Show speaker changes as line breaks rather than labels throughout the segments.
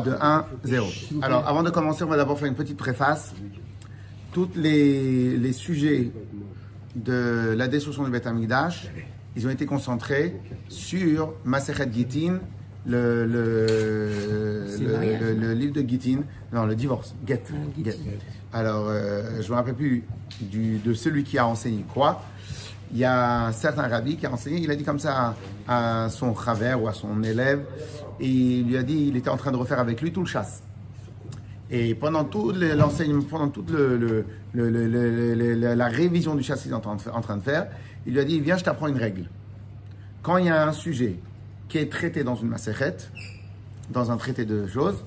de 1-0. Alors, avant de commencer, on va d'abord faire une petite préface. Tous les sujets de la destruction du Beth Amikdash, ils ont été concentrés sur Masechet Gittin, le livre de Gittin, non, le divorce, Get. Alors, je ne me rappelle plus de celui qui a enseigné quoi. Il y a un certain rabbi qui a enseigné, il a dit comme ça à son chaver ou à son élève, et il lui a dit, il était en train de refaire avec lui tout le chasse. Et pendant tout l'enseignement, pendant toute la révision du chasse qu'il est en train de faire, il lui a dit, viens, je t'apprends une règle. Quand il y a un sujet qui est traité dans une masechet, dans un traité de choses,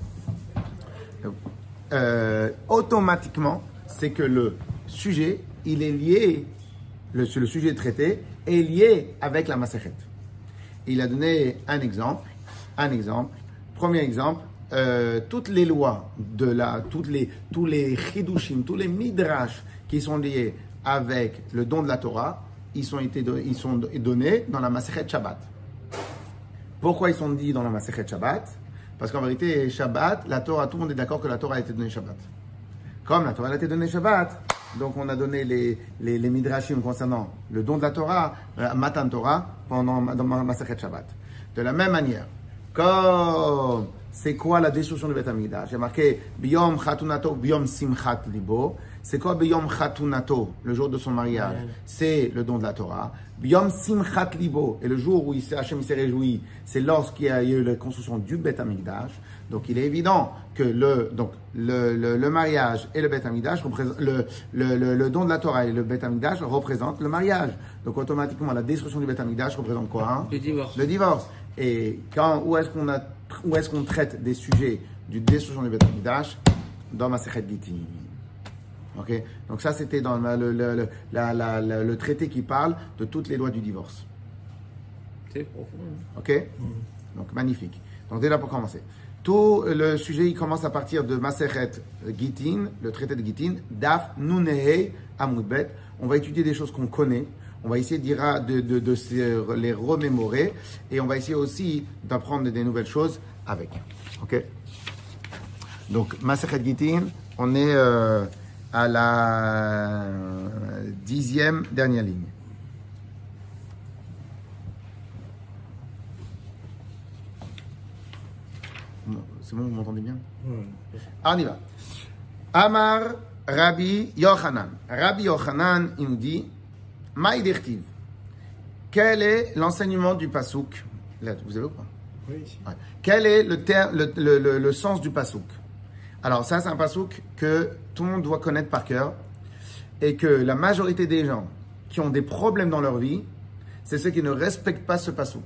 automatiquement, c'est que le sujet, il est lié, le sujet traité est lié avec la masechet. Il a donné un exemple. Premier exemple, toutes les lois tous les chidushim, tous les midrash qui sont liés avec le don de la Torah, ils sont donnés dans la masechet Shabbat. Pourquoi ils sont dit dans la masechet Shabbat? Parce qu'en vérité, Shabbat, la Torah, tout le monde est d'accord que la Torah a été donnée Shabbat. Comme la Torah a été donnée Shabbat, donc on a donné les midrashim concernant le don de la Torah, Matan Torah, dans Masechet Shabbat. De la même manière, comme c'est quoi la destruction du Beth Amikdash? J'ai marqué Biyom Chatunato, Biyom Simchat Libo. C'est quoi Biyom Chatunato, le jour de son mariage? C'est le don de la Torah. Biyom Simchat Libo, et le jour où Hachem s'est réjoui, c'est lorsqu'il y a eu la construction du Beth Amikdash. Donc il est évident que le mariage et le Beth Amikdash le don de la Torah et le Beth Amikdash représentent le mariage. Donc automatiquement la destruction du Beth Amikdash représente quoi, hein? Le divorce. Et où est-ce qu'on traite des sujets du destruction du Beth Amikdash? Dans Masechet Gittin. Ok? Donc ça c'était dans le traité qui parle de toutes les lois du divorce.
C'est profond.
Ok? Donc magnifique. Donc déjà pour commencer. Tout le sujet, il commence à partir de Masechet Gittin, le traité de Gittin, Daf Nunehei Amud Bet. On va étudier des choses qu'on connaît. On va essayer de les remémorer. Et on va essayer aussi d'apprendre des nouvelles choses avec. Ok? Donc, Masechet Gittin, on est à la 10e dernière ligne. C'est bon, vous m'entendez bien? Alors, on y va. Amar Rabbi Yochanan. Rabbi Yochanan, il nous dit, Maïdirtiv. Quel est l'enseignement du pasouk? Là, vous avez ou pas?
Oui.
Ouais. Quel est le sens du pasouk? Alors, ça, c'est un pasouk que tout le monde doit connaître par cœur et que la majorité des gens qui ont des problèmes dans leur vie, c'est ceux qui ne respectent pas ce pasouk.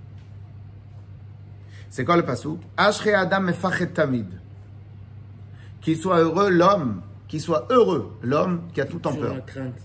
C'est quoi le pasouk? Ashrei Adam mefachet tamid. Qu'il soit heureux l'homme qui a tout en peur.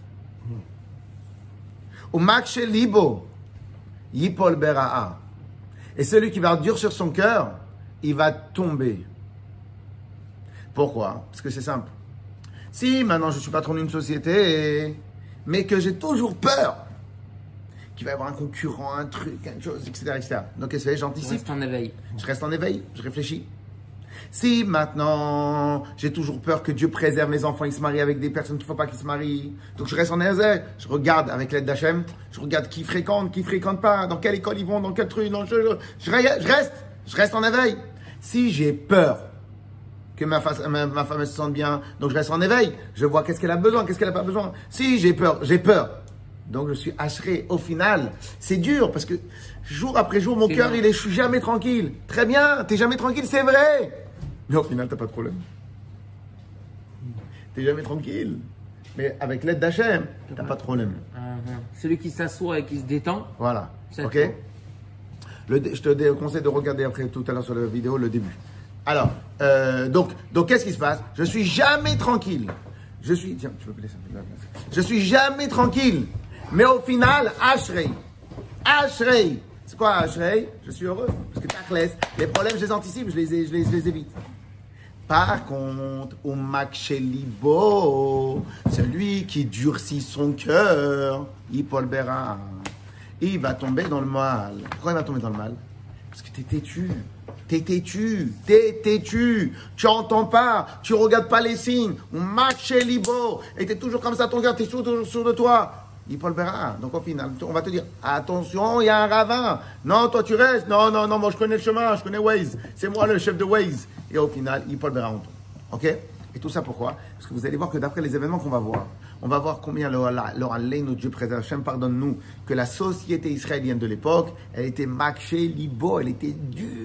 Ou makshe libo yipol bera'a. Et celui qui va durcir son cœur, il va tomber. Pourquoi? Parce que c'est simple. Si maintenant je suis patron d'une société, mais que j'ai toujours peur qu'il va y avoir un concurrent, un truc, quelque chose, etc. Donc, qu'est-ce que je fais? J'anticipe. Je reste en éveil, je réfléchis. Si maintenant, j'ai toujours peur que Dieu préserve mes enfants, ils se marient avec des personnes qu'il ne faut pas qu'ils se marient, donc je reste en éveil, je regarde avec l'aide d'Hachem, je regarde qui fréquente pas, dans quelle école ils vont, dans quel truc, je reste en éveil. Si j'ai peur que ma femme se sente bien, donc je reste en éveil, je vois qu'est-ce qu'elle a besoin, qu'est-ce qu'elle n'a pas besoin. Si j'ai peur. Donc je suis ashré. Au final, c'est dur parce que jour après jour, mon cœur, je suis jamais tranquille. Très bien, t'es jamais tranquille, c'est vrai. Mais au final, t'as pas de problème. T'es jamais tranquille. Mais avec l'aide d'Hachem, t'as pas de problème.
Celui qui s'assoit et qui se détend.
Voilà. Ok. Je te conseille de regarder après tout à l'heure sur la vidéo le début. Alors, donc qu'est-ce qui se passe? Je suis jamais tranquille. Tiens, tu peux me laisser. Je suis jamais tranquille. Mais au final, Ashrei. C'est quoi Ashrei? Je suis heureux. Parce que tachlès, les problèmes, je les anticipe, je les évite. Par contre, au Makshelibo, celui qui durcit son cœur, Yipol Bera, il va tomber dans le mal. Pourquoi il va tomber dans le mal? Parce que tu es têtu. T'es têtu, tu entends pas, tu regardes pas les signes, match libo, et t'es toujours comme ça, ton cœur, t'es toujours sûr de toi. Il Paul Béra. Donc au final, on va te dire, attention, il y a un ravin. Non, toi tu restes. Non, moi je connais le chemin, je connais Waze. C'est moi le chef de Waze. Et au final, il Paul Béra, on tombe. Ok? Et tout ça pourquoi? Parce que vous allez voir que d'après les événements qu'on va voir, on va voir combien notre Dieu préserve, Hachem pardonne-nous, que la société israélienne de l'époque, elle était makché libo, elle était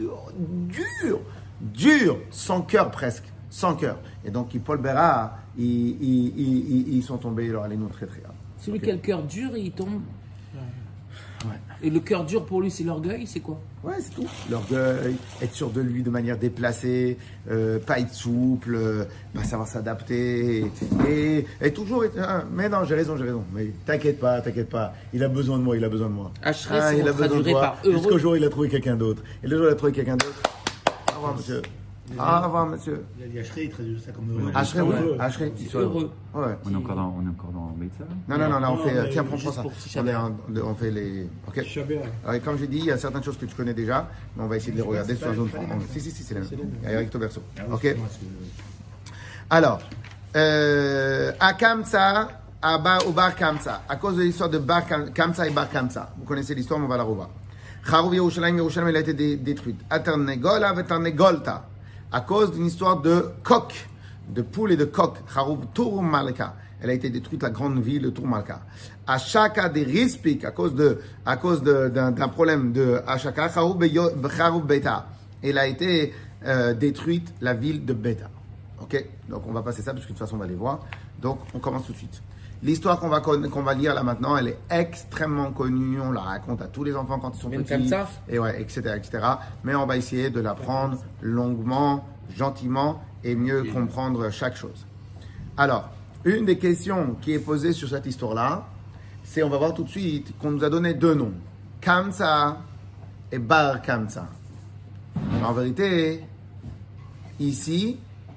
dure, sans cœur presque, sans cœur. Et donc, Paul Béra, ils sont tombés, alors allez nous très très grave.
Celui qui a le cœur dur, il tombe.
Ouais.
Et le cœur dur pour lui, c'est l'orgueil, c'est quoi?
Ouais, c'est tout. L'orgueil, être sûr de lui de manière déplacée, pas être souple, pas savoir s'adapter, et toujours être... mais non, j'ai raison. Mais t'inquiète pas. Il a besoin de moi.
Ashrei,
il a besoin de toi.
par heureux.
Jusqu'au jour où il a trouvé quelqu'un d'autre. Et le jour où il a trouvé quelqu'un d'autre... Au revoir, monsieur. Au revoir, monsieur.
Il a dit Ashrei, il traduit ça comme heureux.
Ashrei, ouais. Ashrei, il soit
heureux.
Ouais.
On est encore dans Beitza.
Non, on fait... Tiens, prends
juste
ça.
pour Tisha B'Av.
On fait les... Ok.
Chabert.
Alors, comme j'ai dit, il y a certaines choses que tu connais déjà, mais on va essayer de les regarder sur la zone franc. Si, c'est la même. Avec ton verso. Ok. Alors, à Kamsa, au Bar Kamsa, à cause de l'histoire de Bar Kamsa et Bar Kamsa. Vous connaissez l'histoire, mais on va la revoir. Charouv Yerushalayim, il a été détruite. Atarnegola, Vetarnegolta, à cause d'une histoire de coq, de poule et de coq. Charouv Tur Malka. Elle a été détruite, la grande ville de Tourmalka. Ashaka des Rispik, à cause d'un problème de Ashaka, Charoub Beta. Elle a été détruite, la ville de Beta. Ok? Donc on va passer ça, parce que de toute façon on va les voir. Donc on commence tout de suite. L'histoire qu'on va lire là maintenant, elle est extrêmement connue. On la raconte à tous les enfants quand ils sont
Même
petits.
comme ça.
Et ouais, etc. Mais on va essayer de l'apprendre longuement, gentiment, et mieux comprendre chaque chose. Alors, une des questions qui est posée sur cette histoire-là, c'est, on va voir tout de suite, qu'on nous a donné deux noms. Kamsa et Bar Kamsa. En vérité, ici,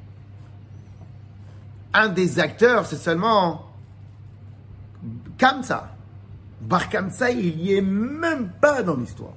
un des acteurs, c'est seulement Kamsa. Bar Kamsa, il n'y est même pas dans l'histoire.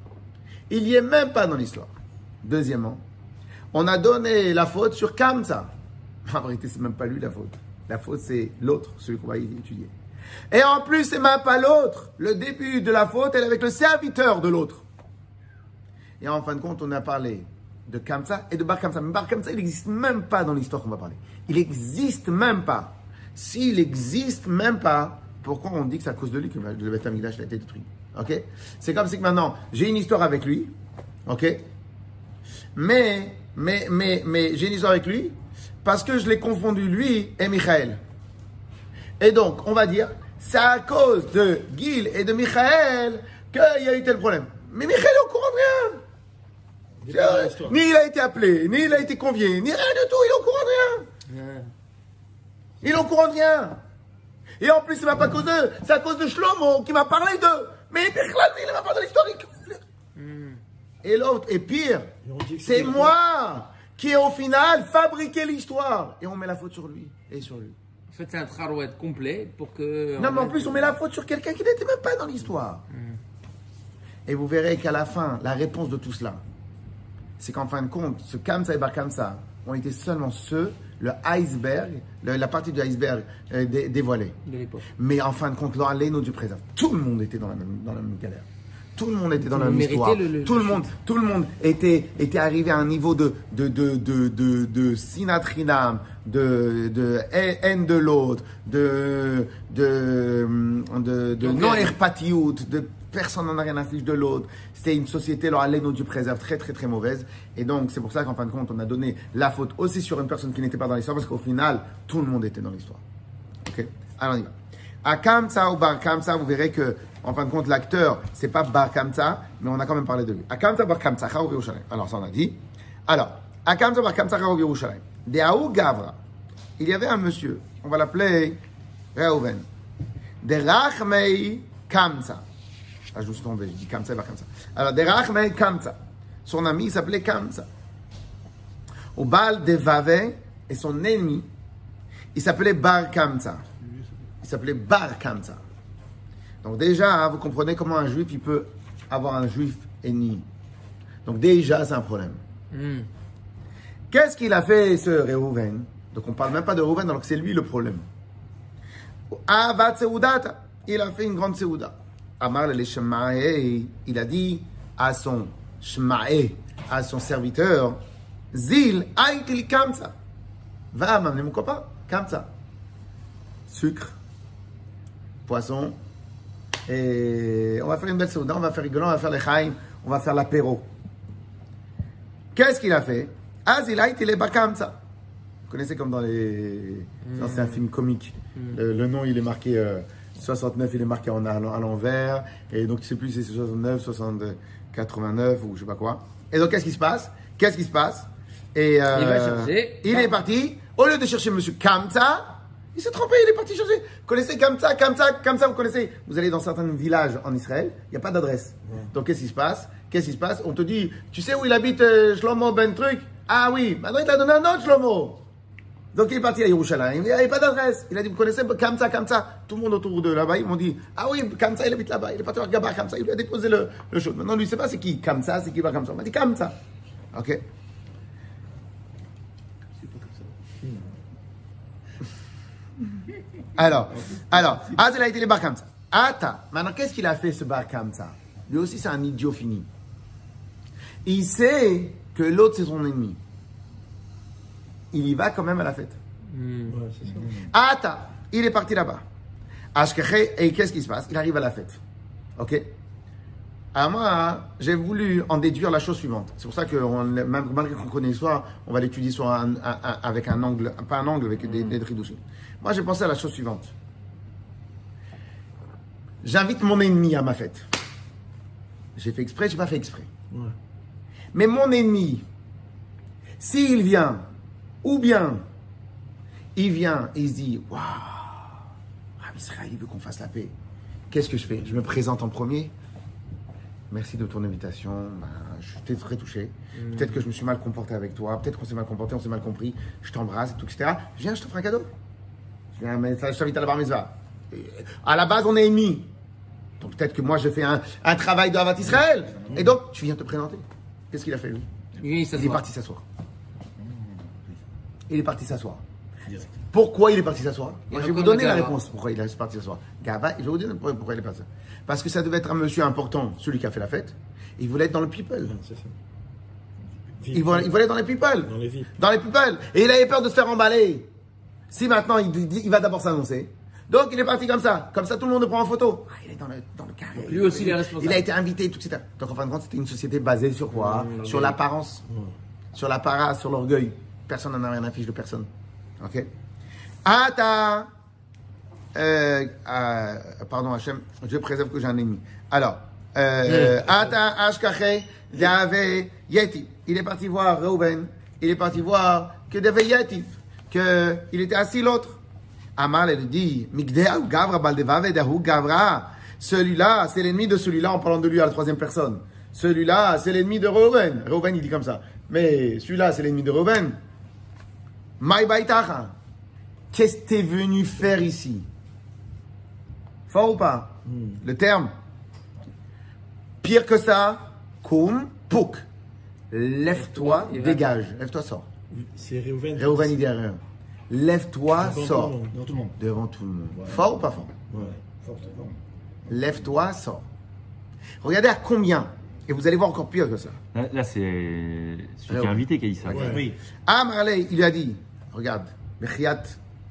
Deuxièmement, on a donné la faute sur Kamsa. En vérité, c'est même pas lui la faute. La faute, c'est l'autre, celui qu'on va étudier. Et en plus, c'est même pas l'autre. Le début de la faute, elle est avec le serviteur de l'autre. Et en fin de compte, on a parlé de Kamsa et de Bar Kamsa. Mais Bar Kamsa, il n'existe même pas dans l'histoire qu'on va parler. Il n'existe même pas. S'il n'existe même pas, pourquoi on dit que c'est à cause de lui que le Beth Amikdash a été détruit? Ok? C'est comme si que maintenant, j'ai une histoire avec lui. Ok? Mais j'ai une histoire avec lui parce que je l'ai confondu, lui et Michael. Et donc, on va dire, c'est à cause de Gil et de Michael qu'il y a eu tel problème. Mais Michael est au courant de rien. Ni il a été appelé, ni il a été convié, ni rien du tout, il est au courant de rien. Il est au courant de rien. Et en plus, c'est même pas à cause d'eux, c'est à cause de Shlomo qui m'a parlé d'eux. Mais il m'a parlé de l'historique. Et l'autre, et pire, c'est moi qui ai au final fabriqué l'histoire. Et on met la faute sur lui et sur lui.
En fait, c'est un trarouette complet pour que...
Non, mais en plus, on met la faute sur quelqu'un qui n'était même pas dans l'histoire. Et vous verrez qu'à la fin, la réponse de tout cela, c'est qu'en fin de compte, ce Kamsa et Bar Kamsa ont été seulement le iceberg, la partie du iceberg dévoilée.
De l'époque.
Mais en fin de compte, l'Aléno du préserve. Tout le monde était dans la même galère. Tout le monde était dans la même
méritait
histoire. Tout le monde était arrivé à un niveau de sinatrinam, de haine de l'autre, de non-erpatiout, de personne n'en a rien à fiche de l'autre. C'était une société, l'Aléno du préserve, très très très mauvaise. Et donc, c'est pour ça qu'en fin de compte, on a donné la faute aussi sur une personne qui n'était pas dans l'histoire, parce qu'au final, tout le monde était dans l'histoire. Ok? Alors, on y va. À Kamsa ou Bar Kamsa, vous verrez que, en fin de compte, l'acteur, c'est pas Bar Kamsa, mais on a quand même parlé de lui. À Kamsa, Bar Kamsa, Charouv Yerushalayim. Alors, ça on a dit. Alors, à Kamsa, Bar Kamsa, Charouv Yerushalayim. De Aou Gavra, il y avait un monsieur, on va l'appeler Reuven. De Rachmei Kamsa. Ah, je me suis tombé, je dis Kamsa, Bar Kamsa. Alors, de Rachmei Kamsa. Son ami, il s'appelait Kamsa. Au Baal de Vave, et son ennemi, il s'appelait Bar Kamsa. Il s'appelait Bar Kamsa. Donc déjà, vous comprenez comment un juif, il peut avoir un juif ennemi. Donc déjà, c'est un problème. Qu'est-ce qu'il a fait ce Reuven? Donc on parle même pas de Reuven alors que c'est lui le problème. Avat Seudata, il a fait une grande Seuda. Amar le Shemae, il a dit à son Shemae, à son serviteur, Zil, aïtil kamsa. Va m'amener mon copain, kamsa. Sucre, poisson, et on va faire une belle Seuda, on va faire rigoler, on va faire les chaim, on va faire l'apéro. Qu'est-ce qu'il a fait? Azil, aïtil kamsa. Vous connaissez comme dans les anciens films comiques. Le nom, il est marqué 69, il est marqué à l'envers. Et donc, je ne sais plus si c'est 69, 60, 89 ou je ne sais pas quoi. Et donc, qu'est-ce qui se passe? Et
il va chercher.
Il est parti. Au lieu de chercher Monsieur Kamsa, il s'est trompé, il est parti chercher. Vous connaissez Kamsa, vous connaissez. Vous allez dans certains villages en Israël, il n'y a pas d'adresse. Donc, qu'est-ce qui se passe? On te dit, tu sais où il habite Shlomo Ben Truc? Ah oui, maintenant il t'a donné un autre Shlomo. Donc il est parti à Yerushalayim, il n'y avait pas d'adresse. Il a dit, vous connaissez Kamsa. Tout le monde autour de là-bas, ils m'ont dit, ah oui, Kamsa, il habite là-bas. Il est parti voir Gabar Kamsa, il lui a déposé le chose. Maintenant, lui, il ne sait pas c'est qui Kamsa, c'est qui va Kamsa. On m'a dit Kamsa. Ok. Alors, il a été les Bar Kamsa. Ata, maintenant, qu'est-ce qu'il a fait ce Bar Kamsa? Lui aussi, c'est un idiot fini. Il sait que l'autre, c'est son ennemi. Il y va quand même à la fête.
Ouais, c'est ça.
Ata, il est parti là-bas. Ashkeche, et qu'est-ce qui se passe? Il arrive à la fête. Ok? Alors moi, j'ai voulu en déduire la chose suivante. C'est pour ça que, malgré qu'on connaît l'histoire, on va l'étudier avec un angle, pas un angle, avec des tridouchim. Moi, j'ai pensé à la chose suivante. J'invite mon ennemi à ma fête. J'ai fait exprès, j'ai pas fait exprès.
Ouais.
Mais mon ennemi, s'il vient, ou bien, il vient et il se dit, waouh, Israël, il veut qu'on fasse la paix. Qu'est-ce que je fais? Je me présente en premier. Merci de ton invitation. Je suis très touché. Peut-être que je me suis mal comporté avec toi. Peut-être qu'on s'est mal comporté, on s'est mal compris. Je t'embrasse, et tout, etc. Viens, je te ferai un cadeau. Je t'invite à la bar mitzvah. À la base, on est ennemis. Donc peut-être que moi, je fais un travail de Havat Israël. Et donc, tu viens te présenter. Qu'est-ce qu'il a fait, lui? Il est parti s'asseoir. Il est parti s'asseoir. Pourquoi il est parti s'asseoir? Moi, je vais vous donner la réponse pourquoi il est parti s'asseoir. Gava, je vais vous dire pourquoi il est parti s'asseoir. Parce que ça devait être un monsieur important, celui qui a fait la fête. Il voulait être dans le people.
C'est ça.
Il voulait être dans les people.
Dans les VIP.
Dans les people. Et il avait peur de se faire emballer. Si maintenant, il va d'abord s'annoncer. Donc, il est parti comme ça. Comme ça, tout le monde le prend en photo. Ah, il est dans le carré.
Lui aussi, il est responsable.
Il a été invité, tout, etc. Donc, en fin de compte, c'était une société basée sur quoi? Sur l'apparence. Sur l'apparat, sur l'orgueil. Personne n'en a rien à fiche de personne. Ok? Ata. Pardon, Hachem, je préserve que j'ai un ennemi. Alors, Ata, Ashkache, Yahvé, Yeti. Il est parti voir Reuven. Il est parti voir que devait Yeti. Qu'il était assis l'autre. Amar, elle dit, Migdea Gavra Baldevave Dahu Gavra. Celui-là, c'est l'ennemi de celui-là en parlant de lui à la troisième personne. Celui-là, c'est l'ennemi de Reuven. Reuven, il dit comme ça. Mais celui-là, c'est l'ennemi de Reuven. Maï Baïtacha. Qu'est-ce que t'es venu faire ici? Fort ou pas? Le terme. Pire que ça, Koum, Pouk. Lève-toi, dégage. Lève-toi, sors.
C'est Reuven.
Reuven, il dit à rien. Lève-toi, sors.
Devant tout le monde.
Devant tout le monde.
Ouais.
Fort ou pas fort?
Ouais. Fort.
Lève-toi, sors. Regardez à combien. Et vous allez voir encore pire que ça.
Là, c'est celui qui est invité qui a dit ça.
Ouais. Oui.
Marley, il lui a dit, regarde, Mechiat.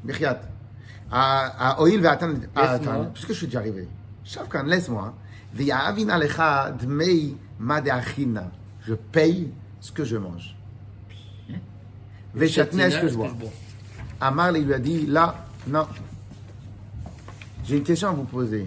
À Oil Vatan. Attends, puisque je suis déjà arrivé. Shavkan, laisse-moi. V'ya'avin alecha dmei madeachina. Je paye ce que je mange. V'chatneh ce que je bois. Amar lui a dit, là, non. J'ai une question à vous poser.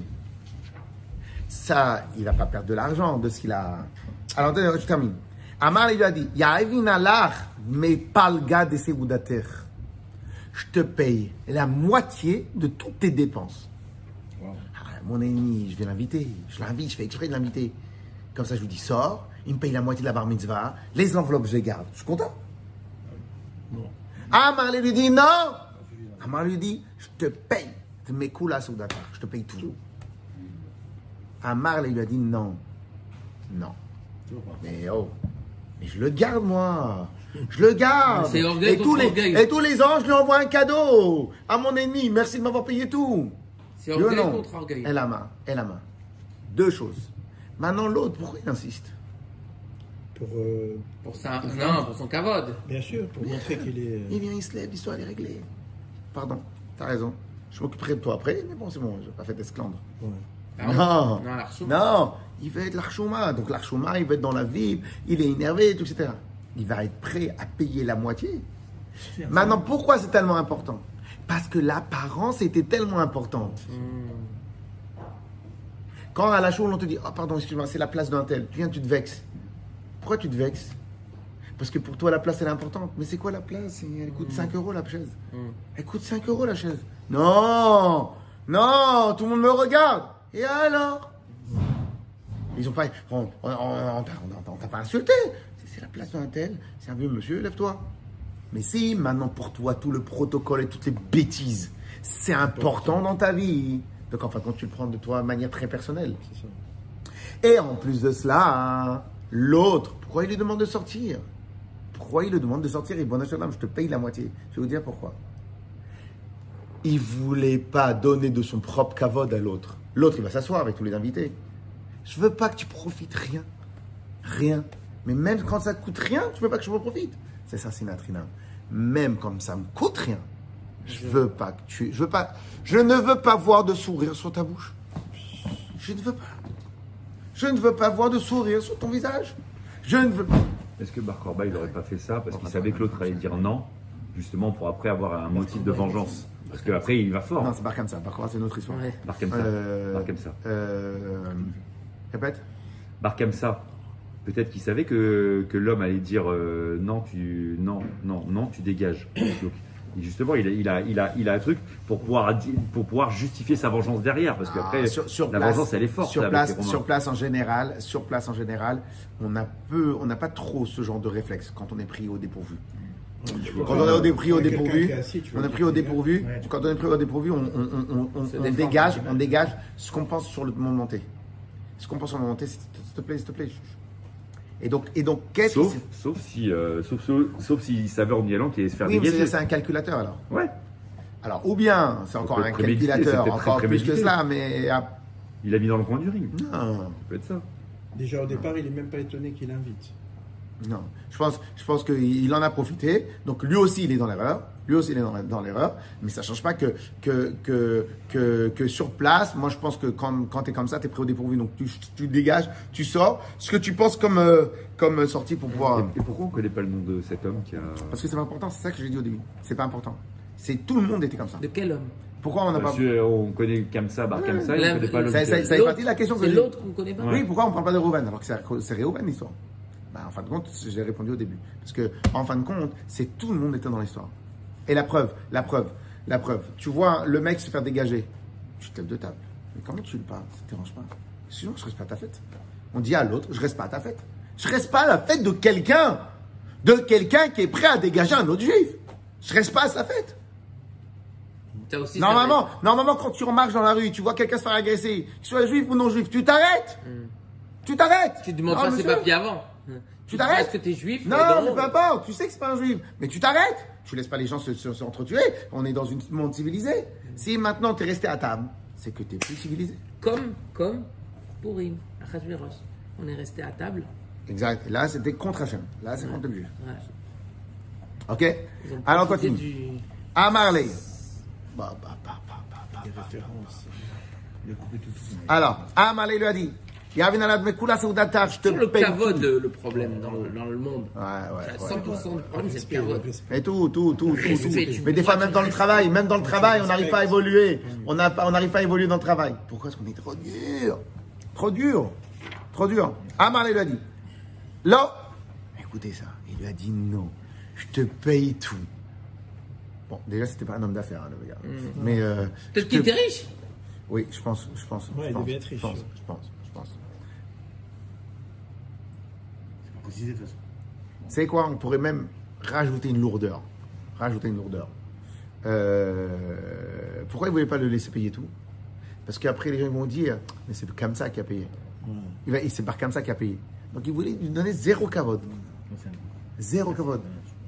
Ça, il va pas perdre de l'argent de ce qu'il a. Alors, je termine. Amar lui a dit, Ya'avin alach me palga de seudater. Je te paye la moitié de toutes tes dépenses. Wow. Ah, mon ennemi, je vais l'inviter. Je l'invite, je fais exprès de l'inviter. Comme ça, je lui dis, sors. Il me paye la moitié de la bar mitzvah. Les enveloppes, je les garde. Je suis content.
Non.
Amar lui dit, non. Amar lui dit, je te paye. Je te paye tout. Amar lui a dit, non. Non. Mais oh, Mais je le garde, moi. Je le garde.
C'est orgueil
Et tous,
contre orgueil.
et tous les ans, je lui envoie un cadeau. À mon ennemi, merci de m'avoir payé tout.
C'est
Oui ou
orgueil
non?
contre orgueil.
Et la main. Deux choses. Maintenant, l'autre, pourquoi il insiste?
Pour son cavode.
Bien sûr, pour montrer qu'il est.
Il vient, il se lève, l'histoire est réglée. Pardon, t'as raison. Je m'occuperai de toi après, mais bon, c'est bon, je n'ai pas fait d'esclandre.
Ouais.
Ah, non, l'archouma.
Non, il veut être l'archouma. Donc l'archouma, il veut être dans la vie, il est énervé, et tout, etc. Il va être prêt à payer la moitié. Maintenant, pourquoi c'est tellement important? Parce que l'apparence était tellement importante. Quand à la show, on te dit, oh pardon, excuse-moi, c'est la place d'un tel, tu viens, tu te vexes. Pourquoi tu te vexes? Parce que pour toi, la place, elle est importante. Mais c'est quoi la place? Elle coûte 5 euros la chaise. Elle coûte 5 euros la chaise. Non, non, tout le monde me regarde. Et alors? Ils ont pas. On t'a pas insulté. C'est la place d'un tel. C'est un vieux monsieur, lève-toi. Mais si, maintenant pour toi, tout le protocole et toutes les bêtises, c'est important dans ta vie. Donc en fin de compte, tu le prends de toi de manière très personnelle.
C'est ça.
Et en plus de cela, hein, l'autre, pourquoi il lui demande de sortir? Pourquoi il lui demande de sortir? Et bon, je te paye la moitié. Je vais vous dire pourquoi. Il voulait pas donner de son propre kavod à l'autre. L'autre, il va s'asseoir avec tous les invités. Je veux pas que tu profites rien. Rien. Mais même quand ça te coûte rien, tu veux pas que je me profite. C'est ça, c'est Natrinam. Même comme ça me coûte rien, je veux pas que tu... Je ne veux pas voir de sourire sur ta bouche. Je ne veux pas. Je ne veux pas voir de sourire sur ton visage. Je ne veux pas.
Est-ce que Bar Korba, il n'aurait pas fait ça parce qu'il savait que l'autre allait dire non, justement pour après avoir un motif de vengeance? Parce qu'après, il va fort.
Non, c'est Bar Kamsa. Bar Korba, c'est une autre histoire.
Ouais.
Bar Kamsa. Bar Kamsa.
Répète.
Bar Kamsa. Peut-être qu'il savait que l'homme allait dire non, tu dégages. Donc, et justement, il a un truc pour pouvoir justifier sa vengeance derrière. Parce qu'après, la vengeance, elle est forte.
Sur place, en général, on n'a pas trop ce genre de réflexe quand on est pris au dépourvu. Quand on est pris au dépourvu, on dégage ce qu'on pense sur le moment T. Ce qu'on pense sur le moment T, s'il te plaît. Et donc qu'est-ce que
sauf s'il savait en y allant qu'il allait se faire
oui,
dégager.
mais c'est un calculateur alors.
Ouais.
Alors, ou bien, c'est encore un calculateur, encore plus que cela, mais...
Il l'a mis dans le coin du ring.
Non.
Ça peut être ça.
Déjà au départ, il n'est même pas étonné qu'il invite.
Non. Je pense qu'il en a profité. Donc, lui aussi, il est dans l'erreur. Mais ça ne change pas que sur place, moi, je pense que quand tu es comme ça, tu es pris au dépourvu. Donc, tu dégages, tu sors. Ce que tu penses comme sortie pour pouvoir...
Et pourquoi on ne connaît pas le nom de cet homme qui a...
Parce que c'est pas important. C'est ça que j'ai dit au début. C'est pas important. Tout le monde était comme ça.
De quel homme?
Pourquoi on n'a pas...
On connaît Kamsa, Bar Kamsa, il ne connaît pas l'homme.
Ça fait partie de la question que
C'est
j'ai.
l'autre qu'on ne connaît pas.
Oui, pourquoi on ne parle pas de Reuven alors que c'est Reuven l'histoire? En fin de compte, j'ai répondu au début. Parce que, en fin de compte, c'est tout le monde était dans l'histoire. Et la preuve. Tu vois le mec se faire dégager. Tu te lèves de table. Mais comment tu le parles? Ça ne te dérange pas? Sinon, je ne reste pas à ta fête. On dit à l'autre, je ne reste pas à ta fête. Je ne reste pas à la fête de quelqu'un qui est prêt à dégager un autre juif. Je ne reste pas à sa fête. Normalement, quand tu remarques dans la rue, tu vois quelqu'un se faire agresser, qu'il soit juif ou non juif, tu t'arrêtes. Tu t'arrêtes.
Tu ne demandes pas ses papiers avant.
Tu t'arrêtes.
Est-ce que tu es juif?
Non, mais peu importe. Tu sais que c'est pas un juif. Mais tu t'arrêtes. Tu laisses pas les gens s'entretuer. On est dans un monde civilisé. Si maintenant tu es resté à table, c'est que tu es plus civilisé.
Comme Purim, à Achashverosh. On est resté à table.
Exact. Là, c'était contre Hachem. Là, c'est contre le juif.
Ouais.
Ok. Alors, on continue. Amarley.
Des références.
Alors, Amarley lui a dit.
Sur le kavod, le problème dans le monde.
Ouais.
100% du problème, c'est le kavod.
Et tout. Mais des fois, même dans le travail, on n'arrive pas à évoluer. On n'arrive pas à évoluer dans le travail. Pourquoi est-ce qu'on est trop dur. Amarley lui a dit. Là, écoutez ça. Il lui a dit non. Je te paye tout. Bon, déjà, c'était pas un homme d'affaires, le gars. Mais
peut-être qu'il était riche.
Oui, je pense.
Ouais, il devait être riche.
Je pense.
Précisé de toute façon.
C'est quoi? On pourrait même rajouter une lourdeur. Pourquoi il ne voulait pas le laisser payer tout? Parce qu'après, les gens vont dire, mais c'est comme ça qui a payé. C'est par comme ça qui a payé. Donc, il voulait lui donner zéro kavod. Zéro kavod.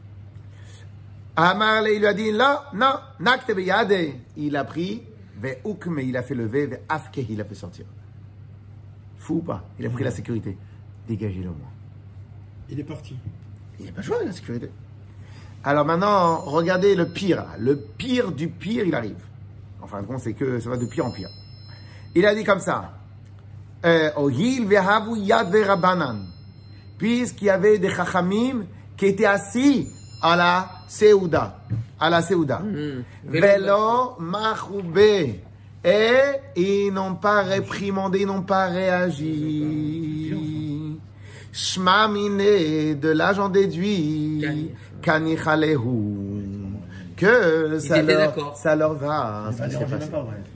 Amar, il lui a dit, là, non, nakte beyade. Il a pris, ve'ukme, il a fait lever, ve'afke, il a fait sortir. Fou ou pas? Il a pris la sécurité. Dégagez-le, moi.
Il est parti.
Il n'a pas joué la sécurité. Alors maintenant, regardez le pire. Le pire du pire, il arrive. En fin de compte, c'est que ça va de pire en pire. Il a dit comme ça. Ohil ve'havu yad ve'rabanan. Puisqu'il y avait des chachamim qui étaient assis à la Seouda. À la Seouda. Velo machoube. Et ils n'ont pas réprimandé, ils n'ont pas réagi. Shma mine, de là j'en déduis. Kanichalehu. Que ça leur va. Ce qui s'est passé.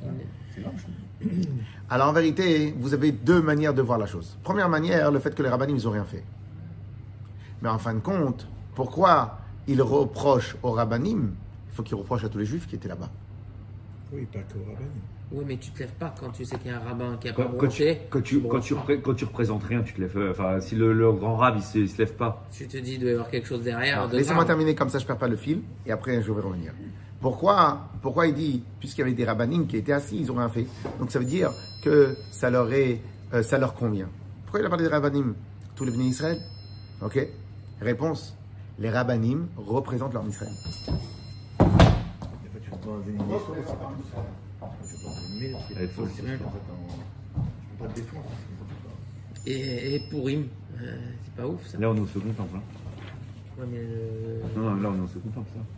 Alors en vérité, vous avez deux manières de voir la chose. Première manière, le fait que les rabbinim ils n'ont rien fait. Mais en fin de compte, pourquoi ils reprochent aux rabbinim? Il faut qu'ils reprochent à tous les juifs qui étaient là-bas.
Oui, pas qu'au rabbinim.
Oui, mais tu te lèves pas quand tu sais qu'il y a un rabbin qui a
Quand,
pas
quand
bronché.
tu représentes rien, tu te lèves. Enfin, si le grand rab il se lève pas.
Tu te dis, il doit y avoir quelque chose derrière. de
Laissez-moi
grave.
terminer comme ça, je ne perds pas le fil, et après je vais revenir. Pourquoi il dit, puisqu'il y avait des rabbinim qui étaient assis, ils n'ont rien fait. Donc ça veut dire que ça leur convient. Pourquoi il a parlé des rabbinim? Tous les bénis Israël? Ok. Réponse. Les rabbinim représentent leur Israël.
Et Pourim, c'est pas ouf ça.
Là, on est au second temple. Hein.
Ouais, mais
Non, là, on est au second temple, ça.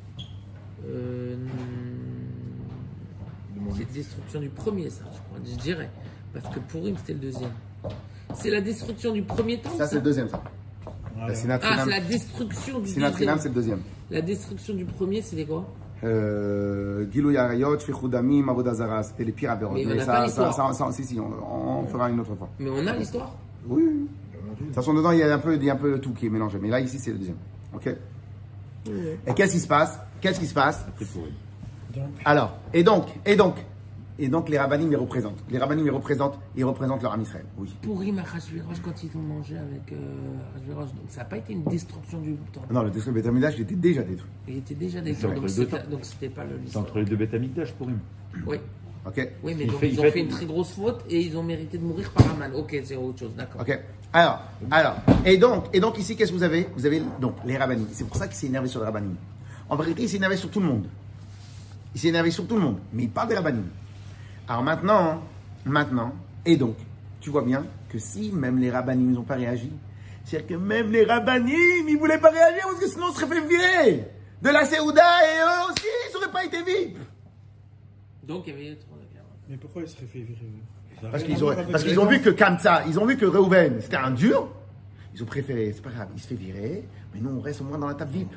c'est destruction du premier, ça, je crois, je dirais. Parce que Pourim, c'était le deuxième. C'est la destruction du premier temple.
Ça, c'est le deuxième, ça.
Voilà.
C'est la destruction du
Sinat
deuxième.
Rinam, c'est le deuxième.
La destruction du premier, c'était quoi?
Gilou Yarayot, Shfichut Damim, Avodah Zara, c'était les pires aberrations.
Mais on
Mais
n'a pas l'histoire.
si, on fera une autre fois.
Mais on a l'histoire.
Oui. De toute façon, dedans, il y a un peu de tout qui est mélangé. Mais là, ici, c'est le deuxième. Ok. Et qu'est-ce qui se passe?
Après, pour eux.
Alors, et donc, les rabbinim, ils représentent. Les rabbinim, ils représentent leur Am Israël. Oui.
Pourim à Achashverosh quand ils ont mangé avec Achashverosh. Donc ça n'a pas été une destruction du temple.
Non, le détruit Beth Amikdash, il était déjà détruit.
Il était déjà détruit.
C'est entre les deux
Donc c'était pas le
C'est
l'histoire.
entre les deux Beth Amikdash pour eux.
Oui.
Ok.
Oui, mais
Il
donc
fait-
ils
il
ont
fait-
fait une très grosse faute et ils ont mérité de mourir par Aman. Ok, c'est autre chose, d'accord.
Ok. Alors, et donc ici, qu'est-ce que vous avez? Vous avez donc les rabbinim. C'est pour ça qu'il s'est énervé sur les rabbinim. En vérité, il s'est énervé sur tout le monde. Mais il parle des rabbinim. Alors maintenant, et donc, tu vois bien que si même les rabbinim n'ont pas réagi, c'est-à-dire que même les rabbinim, ils voulaient pas réagir parce que sinon on serait fait virer de la Seouda et eux aussi, ils n'auraient pas été vipes.
Donc il y avait trop de guerre.
Mais pourquoi il serait fait virer
Parce qu'ils ont vu que Kamsa, ils ont vu que Reuven, c'était un dur. Ils ont préféré, c'est pas grave, il se fait virer, mais nous on reste au moins dans la table VIP.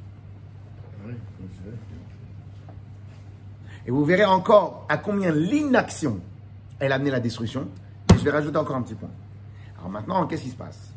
Et vous verrez encore à combien l'inaction, elle a amené la destruction. Et je vais rajouter encore un petit point. Alors maintenant, qu'est-ce qui se passe?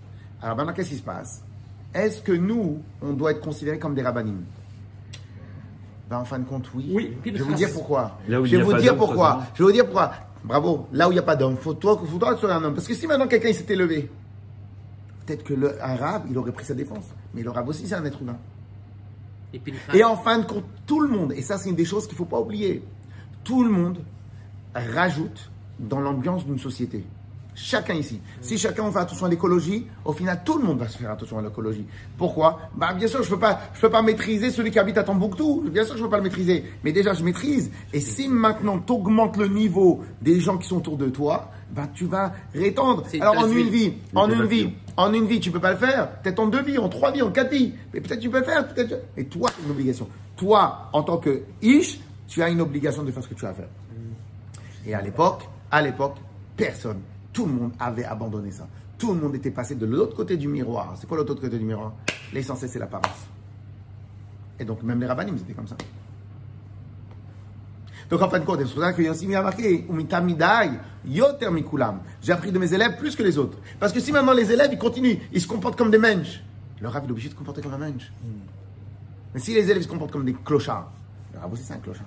Est-ce que nous, on doit être considérés comme des rabbinim? Ben, en fin de compte, oui.
Oui.
Je vais vous dire pourquoi.
Là où il
Je
n'y
vais
a
vous
pas
dire
d'homme,
pourquoi.
ça,
Je vais vous dire pourquoi. Bravo. Là où il n'y a pas d'homme, faudra que tu sois un homme. Parce que si maintenant quelqu'un il s'était levé, peut-être que un rab, il aurait pris sa défense. Mais le rab aussi, c'est un être humain.
Et puis
Et en fin de compte, tout le monde, et ça c'est une des choses qu'il ne faut pas oublier, tout le monde rajoute dans l'ambiance d'une société. Chacun ici. Si chacun fait attention à l'écologie, au final, tout le monde va se faire attention à l'écologie. Pourquoi? Bah, bien sûr, je peux pas maîtriser celui qui habite à Tombouctou. Bien sûr, je peux pas le maîtriser. Mais déjà, je maîtrise. Et si maintenant, tu augmentes le niveau des gens qui sont autour de toi, bah, tu vas rétendre.
C'est
Alors, en
facile.
une vie, tu peux pas le faire. Peut-être en 2 vies, en 3 vies, en 4 vies. Mais peut-être tu peux le faire. Et toi, c'est une obligation. Toi, en tant que Ish, tu as une obligation de faire ce que tu as à faire. Et à l'époque, personne. Tout le monde avait abandonné ça. Tout le monde était passé de l'autre côté du miroir. C'est quoi l'autre côté du miroir? L'essentiel, c'est la paresse. Et donc, même les rabbinim, ils étaient comme ça. Donc, en fin de compte, c'est pour ça qu'il y a aussi marqué Yoter Mikulam. J'ai appris de mes élèves plus que les autres. Parce que si maintenant les élèves, ils continuent, ils se comportent comme des mensch, le rab, il est obligé de se comporter comme un mensch. Mais si les élèves se comportent comme des clochards, le rab aussi, c'est un clochard.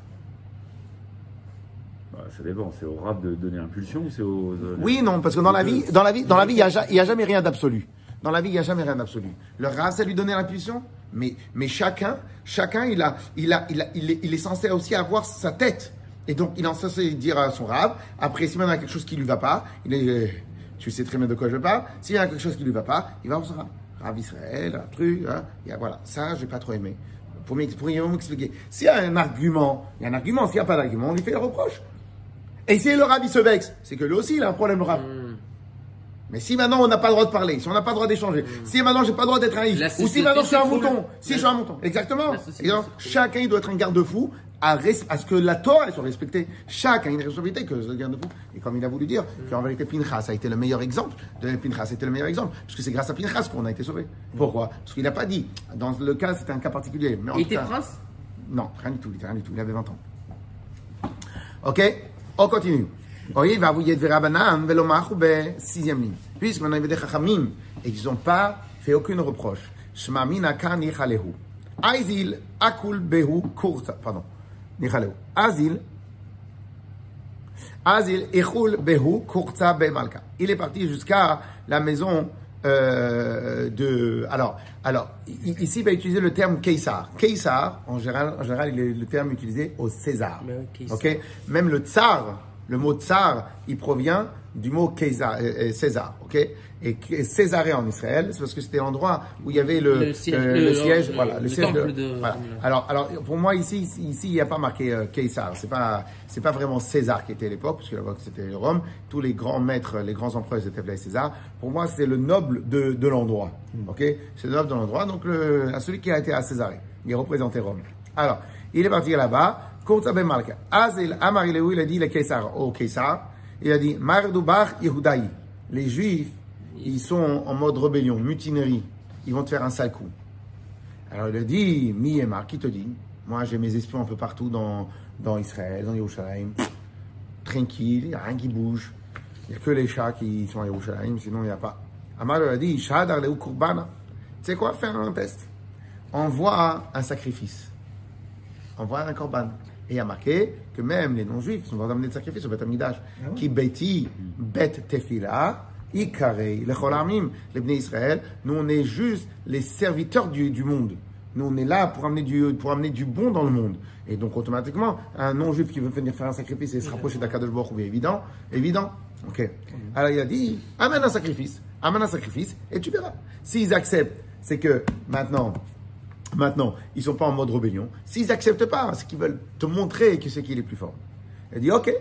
Ça dépend, c'est au rab de donner impulsion ou c'est aux.
Oui, non, parce que dans la vie, il n'y a jamais rien d'absolu. Dans la vie, il n'y a jamais rien d'absolu. Le Rav, ça lui donnait l'impulsion, mais chacun, il est censé aussi avoir sa tête. Et donc, il est censé dire à son Rav, après, s'il y a quelque chose qui ne lui va pas, tu sais très bien de quoi je parle, s'il y a quelque chose qui ne lui va pas, il va voir son Rav. Rav Israël, un truc, hein, voilà, ça, je n'ai pas trop aimé. Pour m'expliquer. S'il y a un argument, il y a un argument. S'il n'y a pas d'argument, on lui fait le reproche. Et si le Rav, il se vexe, c'est que lui aussi, il a un problème, le Rav. Mais si maintenant on n'a pas le droit de parler, si on n'a pas le droit d'échanger, si maintenant j'ai pas le droit d'être un if, ou si maintenant je suis un mouton, si je suis un mouton, exactement. Chacun il doit être un garde-fou à ce que la Torah elle soit respectée. Chacun a une responsabilité que ce garde-fou. Et comme il a voulu dire, qu'en vérité Pinchas a été le meilleur exemple, parce que c'est grâce à Pinchas qu'on a été sauvé. Pourquoi? Parce qu'il n'a pas dit. Dans le cas, c'était un cas particulier. Mais
il était prince?
Non, rien du tout. Il avait 20 ans. Ok, on continue. Oui, va vous y être verabanan, velomachou be sixième ligne. Puisque maintenant il y avait des chachamim et qu'ils n'ont pas fait aucune reproche. Shma mina kan nichalehu. Aizil akul behu kurta. Pardon. Nichalehu. Azil echul behu kurta be malka. Il est parti jusqu'à la maison de. Alors, ici il va utiliser le terme Caesar. Caesar, en général, il est le terme utilisé au César. Ok. Même le tsar. Le mot tsar, il provient du mot César, ok? Et Césarée en Israël, c'est parce que c'était l'endroit où il y avait le siège, voilà, le siège voilà. Alors, pour moi ici, il n'y a pas marqué Caesar. C'est pas vraiment César qui était à l'époque, parce que là-bas c'était Rome. Tous les grands maîtres, les grands empereurs étaient appelés César. Pour moi, c'est le noble de l'endroit, ok? C'est le noble de l'endroit, donc celui qui a été à Césarée, il représentait Rome. Alors, il est parti là-bas. Kurta ben Malka. Azil Amar il a dit le Caesar au Caesar. Il a dit Mardubach Yehudaï. Les Juifs, ils sont en mode rébellion, mutinerie. Ils vont te faire un sale coup. Alors il a dit Miyemar, qui te dit? Moi j'ai mes espions un peu partout dans Israël, dans Yerushalayim. Tranquille, il n'y a rien qui bouge. Il n'y a que les chats qui sont à Yerushalayim, sinon il n'y a pas. Amar il a dit Shadar Leu Kurbana. Tu sais quoi? Faire un test. Envoie un sacrifice. Envoie un korban. Et il y a marqué que même les non-juifs sont amenés de sacrifice au Beth Amidash. Qui beti bet tefila, ikarei, le cholamim, les Bnei Israël. Nous, on est juste les serviteurs du monde. Nous, on est là pour amener du bon dans le monde. Et donc, automatiquement, un non-juif qui veut venir faire un sacrifice et se rapprocher d'Akadosh Baruch Hu, évident. Ok. Alors, il a dit, amène un sacrifice, et tu verras. S'ils acceptent, c'est que maintenant, ils ne sont pas en mode rébellion. S'ils n'acceptent pas, c'est qu'ils veulent te montrer que c'est qui est le plus fort. Il dit, ok.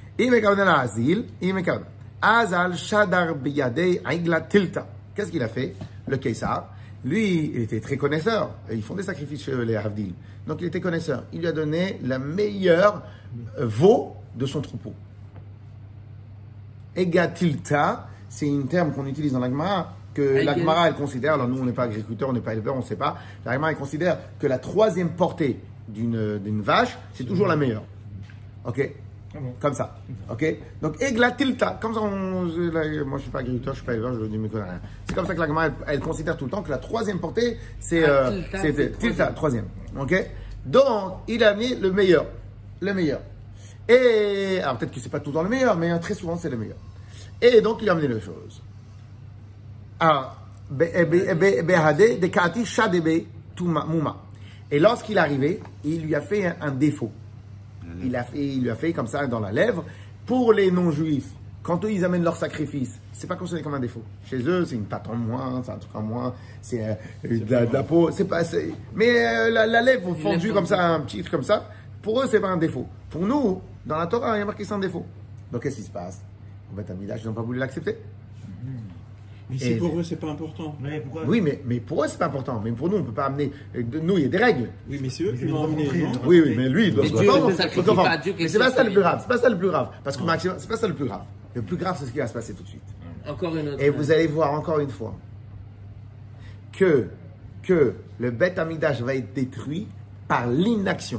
Qu'est-ce qu'il a fait? Le Caesar, lui, il était très connaisseur. Ils font des sacrifices chez les Havdil. Donc, il était connaisseur. Il lui a donné la meilleure veau de son troupeau. Egatilta, c'est un terme qu'on utilise dans la Gemara, que la Gemara, elle considère, alors nous on n'est pas agriculteurs, on n'est pas éleveurs, on ne sait pas, la Gemara, elle considère que la troisième portée d'une vache, c'est toujours la meilleure. Ok? Comme ça. Ok? Donc, eglatilta, comme ça, moi je suis pas agriculteur, je suis pas éleveur, je ne me connais rien. C'est comme ça que la Gemara, elle considère tout le temps que la troisième portée, c'est tilta, troisième. Ok? Donc, il a mis le meilleur. Et, alors peut-être que c'est pas tout le temps le meilleur, mais très souvent c'est le meilleur. Et donc, il a amené les choses. Alors, et lorsqu'il est arrivé, il lui a fait un défaut. Il lui a fait comme ça dans la lèvre. Pour les non-juifs, quand eux ils amènent leur sacrifice, c'est pas considéré comme un défaut. Chez eux, c'est une patte en moins, c'est un truc en moins, c'est de la peau. Mais la lèvre fondue comme ça, un petit truc comme ça, pour eux c'est pas un défaut. Pour nous, dans la Torah, il y a marqué c'est un défaut. Donc qu'est-ce qui se passe? En fait, Amidash, ils n'ont pas voulu l'accepter.
Mais si pour eux, c'est pas important.
Ouais, pourquoi?
Oui, mais pour eux, c'est pas important. Mais pour nous, on peut pas amener. Nous, il y a des règles.
Oui, mais c'est eux qui l'ont amené, non?
Oui, mais lui, il doit se défendre.
Mais
c'est pas ça le plus grave. C'est pas ça le plus grave. Parce que maximum, c'est pas ça le plus grave. Le plus grave, c'est ce qui va se passer tout de suite.
Encore une autre.
Et vous allez voir encore une fois que le Beth Amidash va être détruit par l'inaction.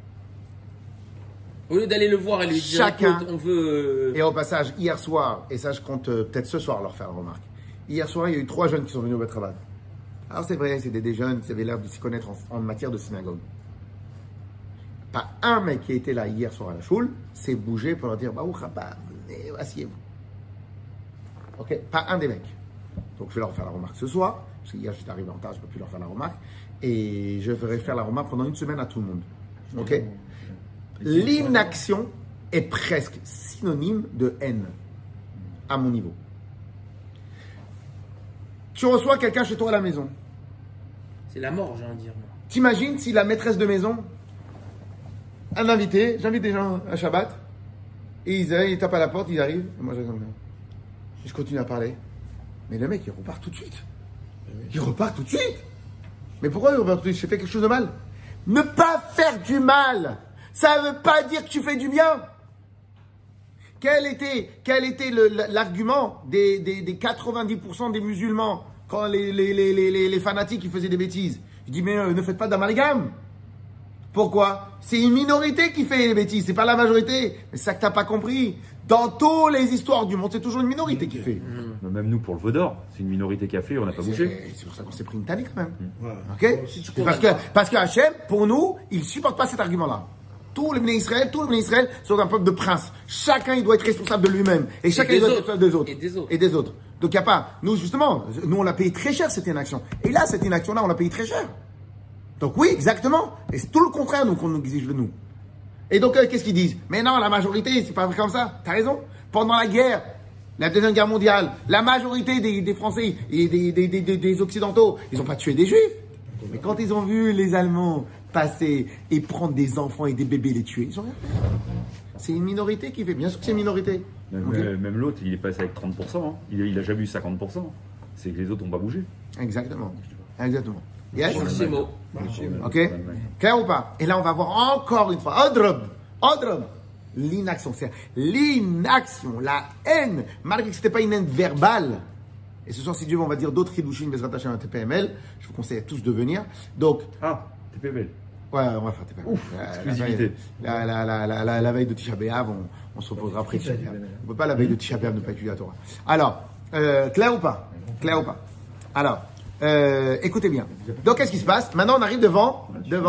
Au lieu d'aller le voir et lui dire,
chacun,
on veut.
Et au passage, hier soir, et ça je compte peut-être ce soir leur faire la remarque. Hier soir, il y a eu 3 jeunes qui sont venus au Beth Rabbad. Alors c'est vrai, c'était des jeunes qui avaient l'air de s'y connaître en matière de synagogue. Pas un mec qui était là hier soir à la choule s'est bougé pour leur dire Baou Chabad, venez, asseyez-vous. Ok, pas un des mecs. Donc je vais leur faire la remarque ce soir, parce que hier j'étais arrivé en retard, je ne peux plus leur faire la remarque. Et je ferai faire la remarque pendant une semaine à tout le monde. Ok? L'inaction est presque synonyme de haine, à mon niveau. Tu reçois quelqu'un chez toi à la maison.
C'est la mort, j'ai envie de dire. moi.
T'imagines si la maîtresse de maison, un invité, j'invite des gens à Shabbat, et ils tapent à la porte, ils arrivent, et moi je regarde. Je continue à parler. Mais le mec, il repart tout de suite. Il repart tout de suite. Mais pourquoi il repart tout de suite? J'ai fait quelque chose de mal. Ne pas faire du mal, ça ne veut pas dire que tu fais du bien. Quel était l'argument des 90% des musulmans quand les fanatiques ils faisaient des bêtises? Je dis mais ne faites pas d'amalgame. Pourquoi? C'est une minorité qui fait les bêtises, c'est pas la majorité. Mais c'est ça que t'as pas compris. Dans toutes les histoires du monde, c'est toujours une minorité qui fait.
Même nous, pour le Vaudor, c'est une minorité qui a fait, on n'a pas bougé.
C'est pour ça qu'on s'est pris une tannée quand même.
Voilà.
Ok? Parce que Hachem, pour nous, il ne supporte pas cet argument-là. Tous les bénis Israël sont un peuple de princes. Chacun, il doit être responsable de lui-même. Et chacun, il doit être responsable des autres.
Et des autres.
Donc, il n'y a pas. Nous, justement, nous, on l'a payé très cher, cette inaction. Et là, cette inaction-là, on l'a payé très cher. Donc, oui, exactement. Et c'est tout le contraire, nous, qu'on nous exige de nous. Et donc, qu'est-ce qu'ils disent? Mais non, la majorité, c'est pas comme ça. T'as raison. Pendant la guerre, la Deuxième Guerre mondiale, la majorité des Français et des Occidentaux, ils n'ont pas tué des Juifs. Mais quand ils ont vu les Allemands passer et prendre des enfants et des bébés les tuer, ils ont rien fait. C'est une minorité qui fait. Bien sûr que c'est une minorité.
Même l'autre, il est passé avec 30%. Hein. Il a jamais eu 50%. C'est que les autres n'ont pas bougé.
Exactement. Exactement. Yes?
C'est mot.
Ok? Clair ou pas? Et là, on va voir encore une fois. Odrob. L'inaction. C'est l'inaction, la haine. Malgré que ce n'était pas une haine verbale. Et ce soir, si Dieu veut, on va dire d'autres Hidushim, Bezrat Hashem, un TPML. Je vous conseille à tous de venir. Donc.
Ah, TPML.
Ouais, on va faire TPML.
Ouf, exclusivité.
La veille de Tisha B'Av, on se reposera après Tisha B'Av. On ne peut pas la veille de Tisha B'Av ne pas étudier la Torah. Alors, clair ou pas? Alors, écoutez bien. Donc, qu'est-ce qui se passe? Maintenant, on arrive devant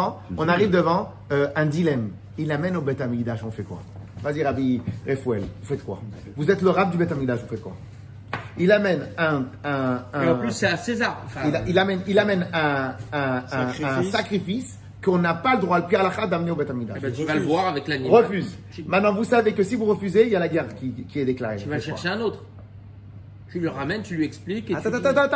un dilemme. Il amène au Beth Amikdash, on fait quoi? Vas-y, Rabbi Refouel, vous faites quoi? Vous êtes le rab du Beth Amikdash, vous faites quoi? Il amène
Et en plus, c'est à César. Enfin,
il amène un sacrifice qu'on n'a pas le droit, le Pire Halakha, d'amener au Beth Amikdash.
eh ben, tu vas le voir avec l'animal.
Refuse. Maintenant, vous savez que si vous refusez, il y a la guerre qui est déclarée.
Tu vas chercher un autre. Tu le ramènes, tu lui expliques. Et
Attends.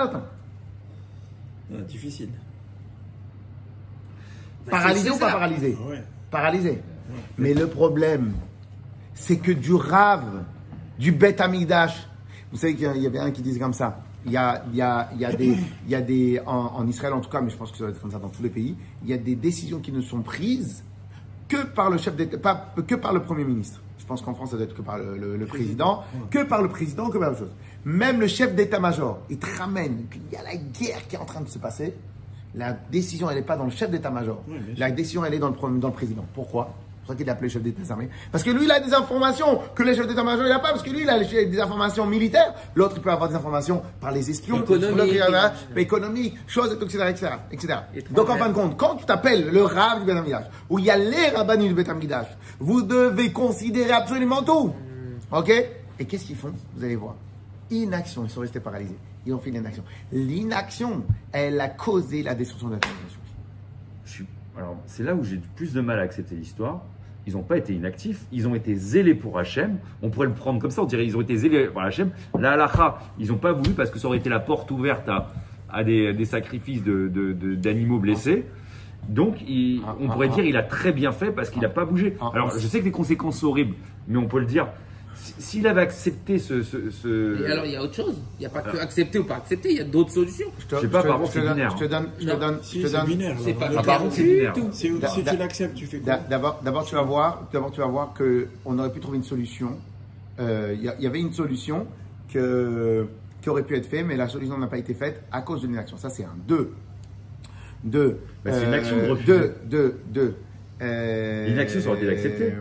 Difficile.
Paralysé ou pas paralysé?
Ouais.
Paralysé. Mais le problème, c'est que du Rav, du Beth Amikdash, vous savez qu'il y avait un qui disait comme ça. Il y a des en Israël en tout cas, mais je pense que ça va être comme ça dans tous les pays. Il y a des décisions qui ne sont prises que par le chef d'État, que par le Premier ministre. Je pense qu'en France, ça doit être que par le président, que par le président, que par autre chose. Même le chef d'état-major, il te ramène qu'il y a la guerre qui est en train de se passer. La décision, elle n'est pas dans le chef d'état-major.
Oui,
la décision, elle est dans le président. Pourquoi? C'est pour ça qu'il a appelé le chef d'état-armée. Parce que lui, il a des informations que le chef d'état-major, il n'a pas. Parce que lui, il a des informations militaires. L'autre, il peut avoir des informations par les espions. Économiques, choses, etc. Donc, en fin de compte, quand tu t'appelles le Rav du Beth Amikdash, où il y a les rabbins du Beth Amikdash, vous devez considérer absolument tout. Ok? Et qu'est-ce qu'ils font? Vous allez voir. Inaction, ils sont restés paralysés. Ils ont fait l'inaction. L'inaction, elle a causé la destruction de la civilisation.
Alors, c'est là où j'ai plus de mal à accepter l'histoire. Ils n'ont pas été inactifs, ils ont été zélés pour Hachem. On pourrait le prendre comme ça, on dirait ils ont été zélés pour Hachem. La halakha, ils n'ont pas voulu parce que ça aurait été la porte ouverte à des sacrifices d'animaux blessés. Donc, on pourrait dire qu'il a très bien fait parce qu'il n'a pas bougé. Alors, je sais que les conséquences sont horribles, mais on peut le dire. S'il avait accepté
Et alors, il y a autre chose. Il n'y a pas que accepter ou pas accepter, il y a d'autres solutions.
Je sais pas, par contre, c'est binaire.
Je te donne.
C'est binaire.
C'est pas
alors.
par contre, c'est binaire.
Si tu l'acceptes, tu fais quoi?
D'abord, tu vas voir qu'on aurait pu trouver une solution. Il y avait une solution qui aurait pu être faite, mais la solution n'a pas été faite à cause de l'inaction. Ça, c'est un. Deux.
C'est une action de refus.
Deux.
L'inaction, ça aurait été accepté.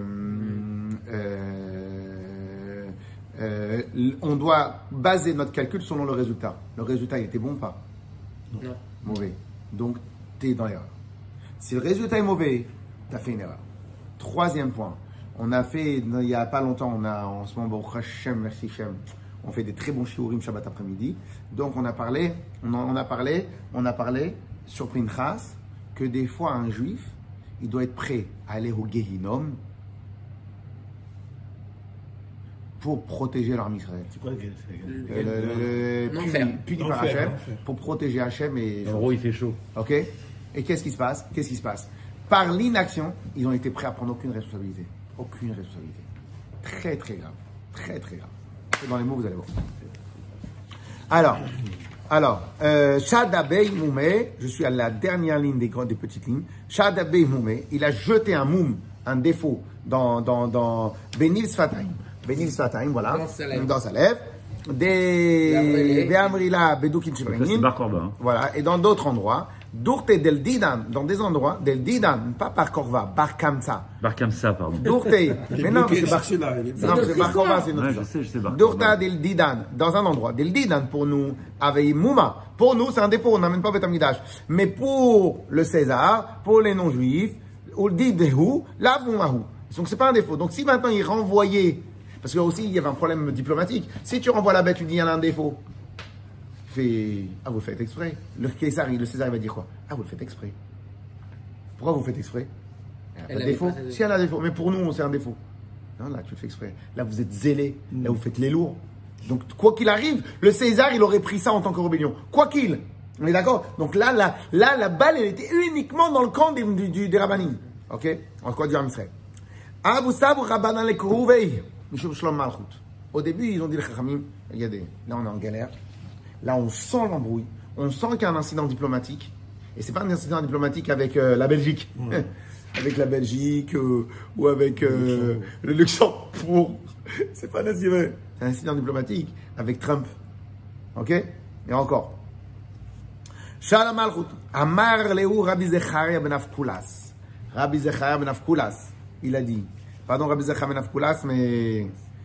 On doit baser notre calcul selon le résultat. Le résultat, il était bon ou pas?
Non.
Mauvais. Donc, tu es dans l'erreur. Si le résultat est mauvais, tu as fait une erreur. Troisième point. On a fait, il n'y a pas longtemps, en ce moment, Baruch Hashem, merci Hashem, On fait des très bons shiurim Shabbat après-midi. Donc on a parlé sur Pinchas que des fois un juif, il doit être prêt à aller au Gehinom pour protéger l'armée Israël.
C'est quoi
Puni par Hachem, pour protéger Hachem et...
En gros, il fait chaud.
Ok. Et qu'est-ce qui se passe? Par l'inaction, ils ont été prêts à prendre aucune responsabilité. Aucune responsabilité. Très très grave. Très très grave. Dans les mots, vous allez voir. Alors, Shadabei Moumé, je suis à la dernière ligne des petites lignes. Shadabei Moumé, il a jeté un défaut dans Benil Sfataim. Benil Sfataim, voilà. Dans sa lèvre. Des Be'amrila, Bedoukin Shivranim.
C'est Bar Korba. Hein.
Voilà. Et dans d'autres endroits. Dourte del Didan, dans des endroits, del Didan, pas par Korva, Bar Kamsa.
Bar Kamsa, pardon.
Dourte, mais non, c'est Bar Korva, c'est notre
je sais Bar
Dourte
Korba.
del Didan, dans un endroit, del Didan pour nous, avec Mouma. Pour nous, c'est un défaut, on n'amène pas Beth Amidash. Mais pour le César, pour les non-juifs, ou le Didehu, la Moumahu. Donc c'est pas un défaut. Donc si maintenant il renvoyait, parce que aussi il y avait un problème diplomatique, si tu renvoies la bête, tu dis il y a un défaut. Vous le faites exprès. Le César va dire quoi? Vous le faites exprès. Pourquoi vous le faites exprès? Il y a pas de défaut. Si elle a un défaut, mais pour nous, c'est un défaut. Non, là, tu le fais exprès. Là, vous êtes zélés. Là, vous faites les lourds. Donc, quoi qu'il arrive, le César, il aurait pris ça en tant que rébellion. Quoi qu'il. On est d'accord? Donc là, la balle, elle était uniquement dans le camp des Rabbanim. Ok? En quoi du Ham Israël. Abu Sabu Rabbanan le Krouvei. Mishum Shlom Malchut. Au début, ils ont dit le Chachamim, regardez, là, on est en galère. Là, on sent l'embrouille. On sent qu'il y a un incident diplomatique. Et c'est pas un incident diplomatique avec la Belgique. Ouais. Avec la Belgique ou avec le Luxembourg. C'est pas un incident. C'est un incident diplomatique avec Trump. Ok? Et encore. Shalom Malchut. Amar Lehu Rabbi Zecharia ben Avkulas. Rabbi Zecharia ben Avkulas. Il a dit. Pardon, Rabbi Zecharia ben Avkulas, mais...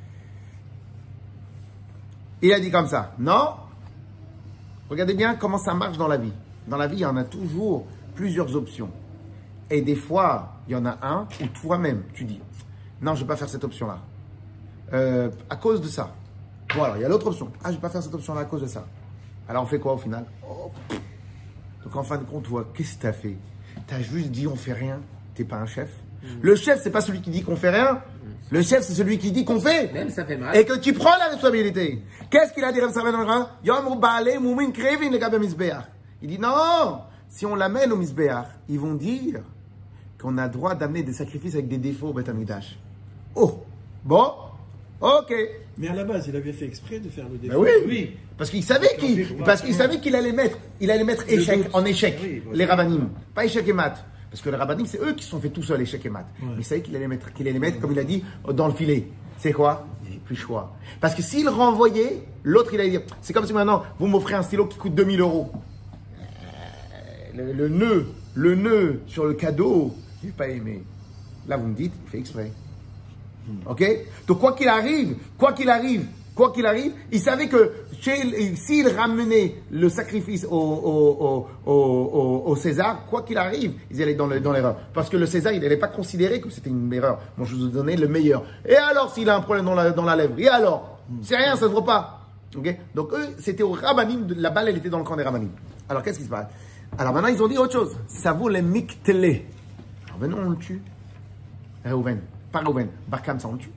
Il a dit comme ça. Non? Regardez bien comment ça marche dans la vie. Dans la vie, il y en a toujours plusieurs options. Et des fois, il y en a un où toi-même, tu dis, non, je ne vais pas faire cette option-là. À cause de ça. Bon, alors, il y a l'autre option. Je ne vais pas faire cette option-là à cause de ça. Alors, on fait quoi au final? Donc, en fin de compte, toi, qu'est-ce que tu as fait? Tu as juste dit, on fait rien. Tu n'es pas un chef. Le chef, c'est pas celui qui dit qu'on fait rien. Le chef, c'est celui qui dit qu'on fait.
Même ça fait mal.
Et que tu prends la responsabilité. Qu'est-ce qu'il a dit, Rav Sarah dans le Rhin? Il dit non, si on l'amène au Misbéach, ils vont dire qu'on a le droit d'amener des sacrifices avec des défauts au Beth Amikdash. Oh, bon, ok.
Mais à la base, il avait fait exprès de faire le défaut.
Ben oui, parce qu'il savait qu'il allait mettre échec, en échec, les Rabbanim. Pas échec et mat. Parce que les Rabbanim, c'est eux qui se sont fait tout seuls échec et mat. Ouais. Mais il savait qu'il allait mettre, comme il a dit, dans le filet. C'est quoi? Il n'y avait plus le choix. Parce que s'il renvoyait, l'autre, il allait dire, c'est comme si maintenant, vous m'offrez un stylo qui coûte 2000 €. Le nœud sur le cadeau, je n'ai pas aimé. Là, vous me dites, il fait exprès. Ok? Donc, quoi qu'il arrive, il savait que s'il ramenait le sacrifice au César, quoi qu'il arrive, ils allaient dans l'erreur. Parce que le César, il n'allait pas considérer que c'était une erreur. Moi, je vous ai donné le meilleur. Et alors, s'il a un problème dans la lèvre? Et alors? C'est rien, ça ne se voit pas. Okay? Donc, eux, c'était au Rabbanim, la balle, elle était dans le camp des Rabbanim. Alors, qu'est-ce qui se passe? Alors, maintenant, ils ont dit autre chose. Ça vaut les miktele. Alors, maintenant, on le tue. Reuven. Pas Reuven. Barkam, ça, on le tue.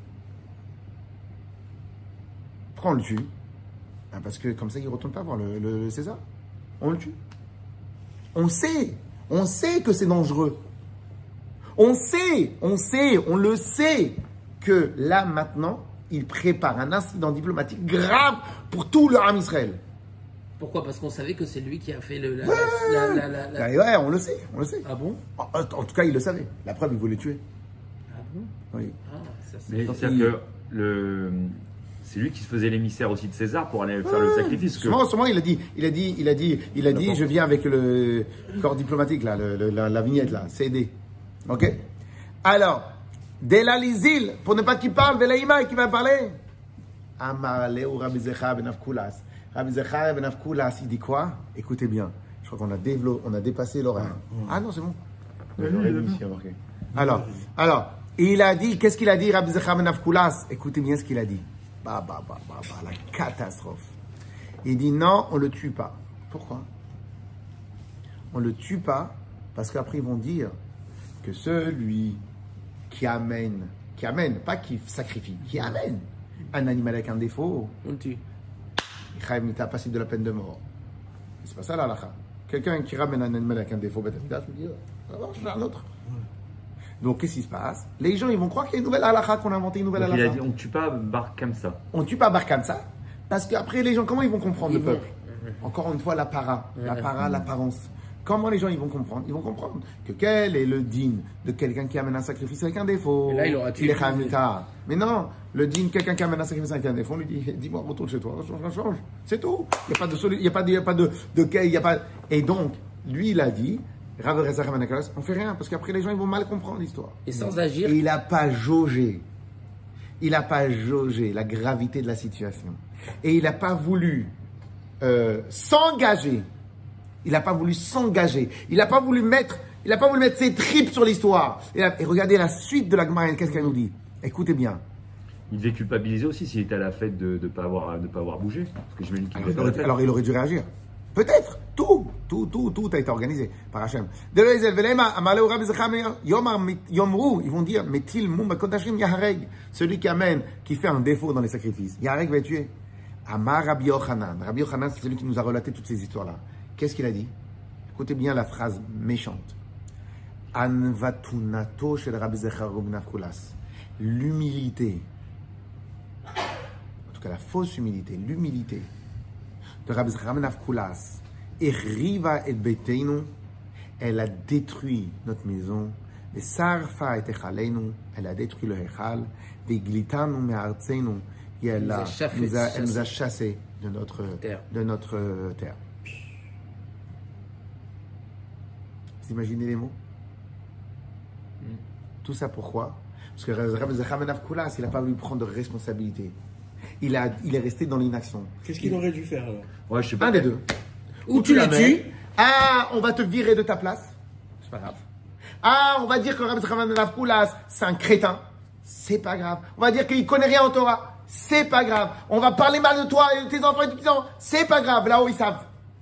Pourquoi on le tue? Parce que comme ça, il ne retourne pas voir le César. On le tue. On sait que c'est dangereux. On le sait que là, maintenant, il prépare un incident diplomatique grave pour tout le Ham Israël.
Pourquoi? Parce qu'on savait que c'est lui qui a fait
Ouais, on le sait.
Ah bon?
En tout cas, il le savait. La preuve, il voulait tuer.
Ah bon?
Oui.
Ça, c'est-à-dire que c'est lui qui se faisait l'émissaire aussi de César pour aller faire le sacrifice.
Sûrement, il a dit, je viens avec le corps diplomatique, là, la vignette, là, CD. Ok? Alors, Delalizil, pour ne pas qu'il parle, Velaïma, qui va parler? Amar Leo Rabbi Zecharia ben Avkulas. Rabbi Zecharia ben Avkulas, il dit quoi? Écoutez bien. Je crois qu'on a dépassé l'horaire. Ah non, c'est bon. Alors, il a dit, qu'est-ce qu'il a dit, Rabbi Zecharia ben Avkulas? Écoutez bien ce qu'il a dit. la catastrophe. Il dit non, on le tue pas. Pourquoi? On le tue pas parce qu'après ils vont dire que celui qui amène, pas qui sacrifie, qui amène un animal avec un défaut,
On le tue.
il est passible de la peine de mort. C'est pas ça la halakha. Quelqu'un qui ramène un animal avec un défaut, je me dis, je vais un autre. Donc qu'est-ce qui se passe? Les gens ils vont croire qu'il y a une nouvelle halakha, qu'on a inventé une nouvelle
Donc,
halakha.
il a dit on ne tue pas Bar Kamsa.
On ne tue pas Bar Kamsa parce qu'après les gens, comment ils vont comprendre le peuple? Encore une fois, l'apparence. Comment les gens ils vont comprendre? Ils vont comprendre que quel est le din de quelqu'un qui amène un sacrifice avec un défaut?
Et là, il aura tué.
est khamita. Mais non, le din, quelqu'un qui amène un sacrifice avec un défaut, on lui dit, dis-moi, retourne chez toi, change. C'est tout. Il n'y a pas de solution, il n'y a pas de. Et donc, lui, il a dit, Rav Reza Ramanakalas, on fait rien, parce qu'après les gens ils vont mal comprendre l'histoire.
Et sans agir.
Et il n'a pas jaugé. Il n'a pas jaugé la gravité de la situation. Et il n'a pas voulu s'engager. Il n'a pas voulu s'engager. Il n'a pas voulu mettre ses tripes sur l'histoire. Et regardez la suite de la Gemara, qu'est-ce qu'elle nous dit? Écoutez bien.
Il devait culpabiliser aussi s'il était à la fête de ne pas avoir bougé. Parce que j'imagine qu'il était à la fête.
Alors il aurait dû réagir. Peut-être. Tout a été organisé par Hachem. Ils vont dire, celui qui amène, qui fait un défaut dans les sacrifices, Yarek va être tué. Amar Rabbi Yochanan. Rabbi Yochanan, c'est celui qui nous a relaté toutes ces histoires-là. Qu'est-ce qu'il a dit? Écoutez bien la phrase méchante. Anvatunato shel Rabbi Zechar ben Avkulas. L'humilité, en tout cas la fausse humilité, l'humilité de Rabbi Zechar ben Avkulas, Eriva et Beteinu, elle a détruit notre maison. Et Sarfa et Echaleinu, elle a détruit le Echal. Et Glitanu me'artzeinu, et elle nous a chassés de notre terre. Vous imaginez les mots? Tout ça pourquoi? Parce que Rabbi Zechar ben Avkulas, il n'a pas voulu prendre de responsabilité. Il est resté dans l'inaction.
Qu'est-ce qu'il aurait dû faire alors?
Ouais, je sais pas.
Un des deux.
Ou tu les tues.
Ah, on va te virer de ta place. C'est pas grave. Ah, on va dire que Rabbi Zechar ben Avkulas, c'est un crétin. C'est pas grave. On va dire qu'il connaît rien en Torah. C'est pas grave. On va parler mal de toi et de tes enfants et de tes petits-enfants. C'est pas grave. Là-haut, ils savent.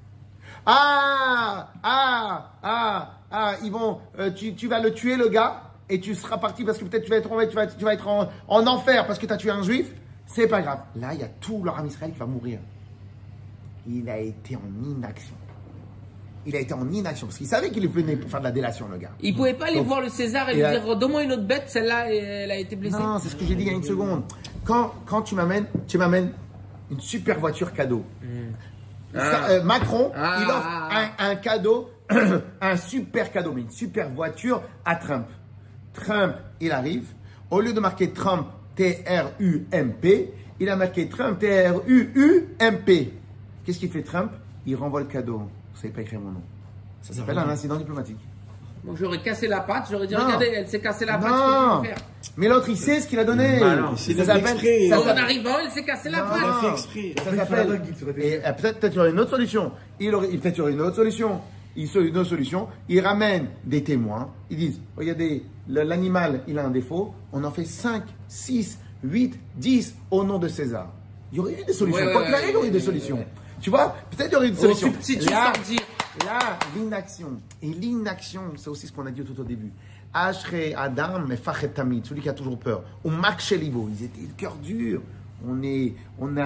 Ils vont, tu vas le tuer, le gars, et tu seras parti parce que peut-être tu vas être en enfer parce que tu as tué un juif. C'est pas grave. Là, il y a tout leur âme Israël qui va mourir. Il a été en inaction. Parce qu'il savait qu'il venait pour faire de la délation, le gars.
Il pouvait pas aller voir le César et lui dire, donne-moi une autre bête, celle-là, elle a été blessée.
Non, c'est ce que j'ai dit il y a une seconde. Quand tu m'amènes une super voiture cadeau. Macron, il offre un cadeau, un super cadeau, mais une super voiture à Trump. Trump, il arrive, au lieu de marquer Trump, T-R-U-M-P, il a marqué Trump, T-R-U-U-M-P. Qu'est-ce qu'il fait Trump? Il renvoie le cadeau. Vous savez pas écrire mon nom. Ça s'appelle un incident diplomatique.
Donc j'aurais cassé la patte, j'aurais dit, regardez, elle s'est cassée la patte,
Non.
qu'est-ce que tu veux faire?
Mais l'autre, il sait ce qu'il a donné.
Il a fait exprès.
En arrivant, elle s'est cassée la
Non.
patte.
Il a fait exprès.
Ça s'appelle. Et peut-être il y aurait une autre solution. Peut-être il y aurait une autre solution. Ils ramènent des témoins. Ils disent, regardez, l'animal, il a un défaut. On en fait 5, 6, 8, 10 au nom de César. Il y aurait eu des solutions. Quoi qu'il arrive, il y aurait eu des solutions. Tu vois, peut-être il y aurait eu des solutions. Là, l'inaction. Et l'inaction, c'est aussi ce qu'on a dit tout au début. Ashre Adam et Fachet Tamid, celui qui a toujours peur. Ou Makshelibo, ils étaient le cœur dur. On est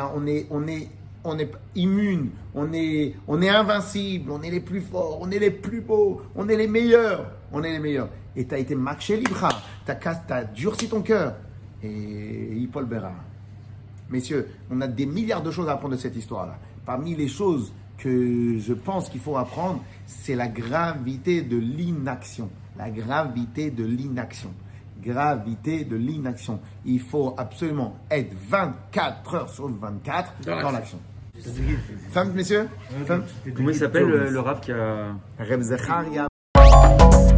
immune, on est invincible, on est les plus forts, on est les plus beaux, on est les meilleurs. Et tu as été Makshelibre, tu as durci ton cœur. Et Yipol Bera. Messieurs, on a des milliards de choses à apprendre de cette histoire-là. Parmi les choses que je pense qu'il faut apprendre, c'est la gravité de l'inaction. Il faut absolument être 24 heures sur 24 dans l'action. Femmes, messieurs?
Comment il s'appelle le rap qui a...
Reb Zecharia.